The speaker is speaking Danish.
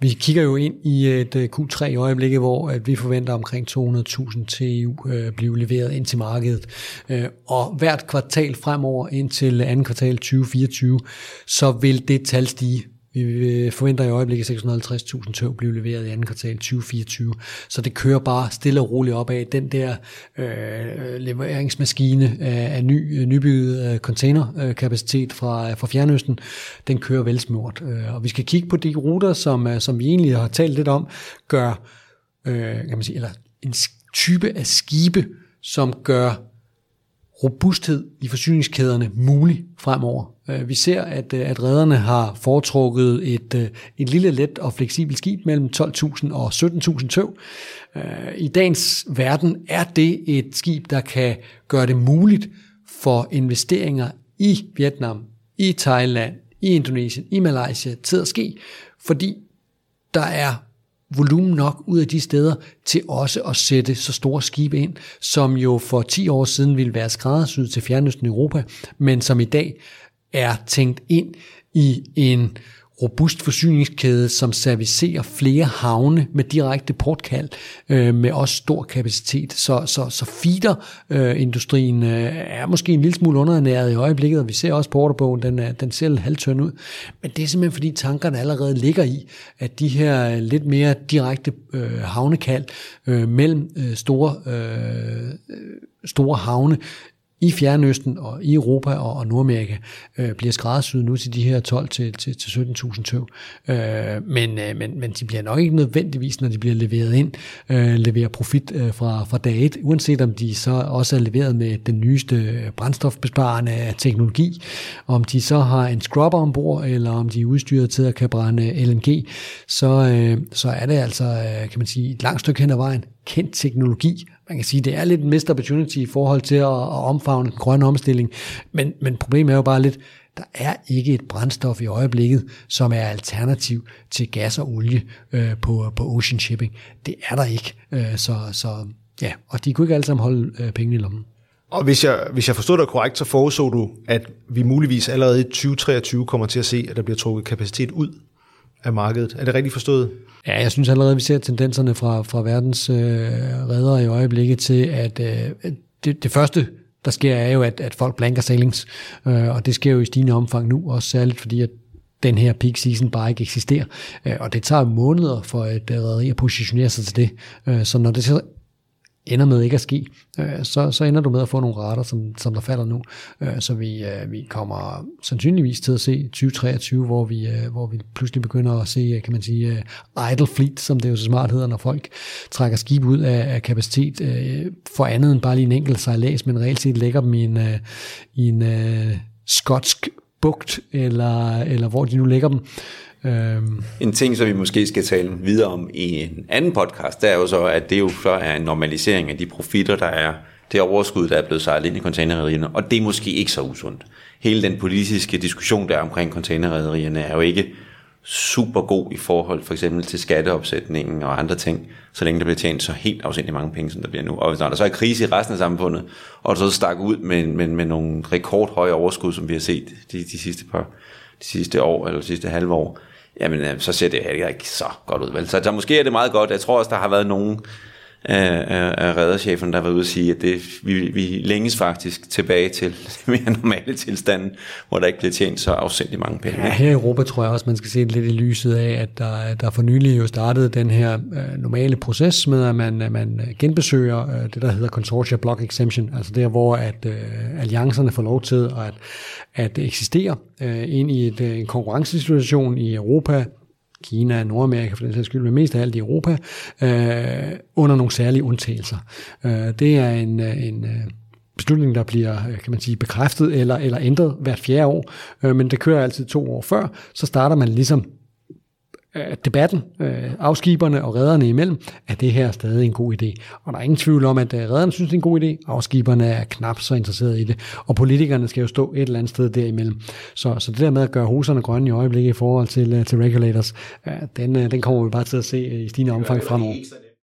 Vi kigger jo ind i et Q3 i øjeblikket, hvor at vi forventer omkring 200.000 TEU blive leveret ind til markedet. Og hvert kvartal fremover indtil andet kvartal 2024, så vil det tal stige. Vi forventer i øjeblikket 650.000 tog blive leveret i andet kvartal 2024. Så det kører bare stille og roligt op af den der leveringsmaskine af nybygget containerkapacitet fra Fjernøsten. Den kører velsmurt. Og vi skal kigge på de ruter, som vi egentlig har talt lidt om, gør kan man sige, eller en type af skibe, som gør robusthed i forsyningskæderne mulig fremover. Vi ser, at rederne har foretrukket et lille let og fleksibelt skib mellem 12.000 og 17.000 tøv. I dagens verden er det et skib, der kan gøre det muligt for investeringer i Vietnam, i Thailand, i Indonesien, i Malaysia til at ske, fordi der er volumen nok ud af de steder til også at sætte så store skibe ind, som jo for 10 år siden ville være skræddersyet til Fjernøsten Europa, men som i dag er tænkt ind i en robust forsyningskæde, som servicerer flere havne med direkte portkald, med også stor kapacitet. Så feeder-industrien er måske en lille smule underernæret i øjeblikket, og vi ser også på orderbogen, den ser lidt halvtønd ud. Men det er simpelthen fordi tankerne allerede ligger i, at de her lidt mere direkte havnekald mellem store havne i Fjernøsten og i Europa og Nordamerika bliver skræddersyet nu til de her 12-17.000 tøv. Men de bliver nok ikke nødvendigvis, når de bliver leveret ind, leverer profit fra dag 1, uanset om de så også er leveret med den nyeste brændstofbesparende teknologi, om de så har en scrubber ombord, eller om de er udstyret til at kan brænde LNG, så er det altså, kan man sige, et langt stykke hen ad vejen kendt teknologi. Man kan sige, det er lidt en missed opportunity i forhold til at omfavne den grønne omstilling, men problemet er jo bare lidt, der er ikke et brændstof i øjeblikket, som er alternativ til gas og olie på ocean shipping. Det er der ikke. Ja, og de kunne ikke alle sammen holde pengene i lommen. Og hvis jeg forstod dig korrekt, så forudså du, at vi muligvis allerede i 2023 kommer til at se, at der bliver trukket kapacitet ud af markedet. Er det rigtigt forstået? Ja, jeg synes allerede, vi ser tendenserne fra verdens redere i øjeblikket til, at det første, der sker, er jo, at folk blanker sailings, og det sker jo i stigende omfang nu, også særligt fordi, at den her peak season bare ikke eksisterer, og det tager måneder for et rederi at positionere sig til det, så når det så ender med ikke at ske, så ender du med at få nogle rater, som der falder nu. Så vi kommer sandsynligvis til at se 2023, hvor vi pludselig begynder at se, kan man sige, idle fleet, som det jo så smart hedder, når folk trækker skib ud af kapacitet for andet end bare lige en enkelt sejlads, men reelt set lægger dem i en skotsk bugt, eller hvor de nu lægger dem. En ting, som vi måske skal tale videre om i en anden podcast, det er jo så, at det jo så er en normalisering af de profitter, der er, det overskud, der er blevet sejlet ind i containerrederierne, og det er måske ikke så usundt. Hele den politiske diskussion, der er omkring containerrederierne, er jo ikke super god i forhold for eksempel til skatteopsætningen og andre ting, så længe der bliver tjent så helt afsindigt mange penge, som der bliver nu. Og når der så er krise i resten af samfundet, og der så stak ud med nogle rekordhøje overskud, som vi har set de sidste år, eller de sidste halve år, jamen så ser det ikke så godt ud, vel? Så måske er det meget godt. Jeg tror også, der har været nogen af redercheferne, der har været ude at sige, at vi længes faktisk tilbage til mere normale tilstanden, hvor der ikke bliver tjent så afsindigt mange penge. Ja, her i Europa tror jeg også, man skal se lidt i lyset af, at der for nylig jo startede den her normale proces med, at man genbesøger det, der hedder Consortia Block Exemption, altså der, hvor at alliancerne får lov til at eksistere ind i en konkurrencesituation i Europa, Kina, Nordamerika for den sags skyld, men mest af alt i Europa, under nogle særlige undtagelser. Det er en beslutning, der bliver, kan man sige, bekræftet eller ændret hvert 4. år, men det kører altid 2 år før, så starter man ligesom debatten, afskiberne og rederne imellem, er det her stadig en god idé. Og der er ingen tvivl om, at rederne synes, det er en god idé, afskiberne er knap så interesserede i det, og politikerne skal jo stå et eller andet sted derimellem. Så det der med at gøre huserne grønne i øjeblikket i forhold til regulators, den kommer vi bare til at se i stigende omfang fremover.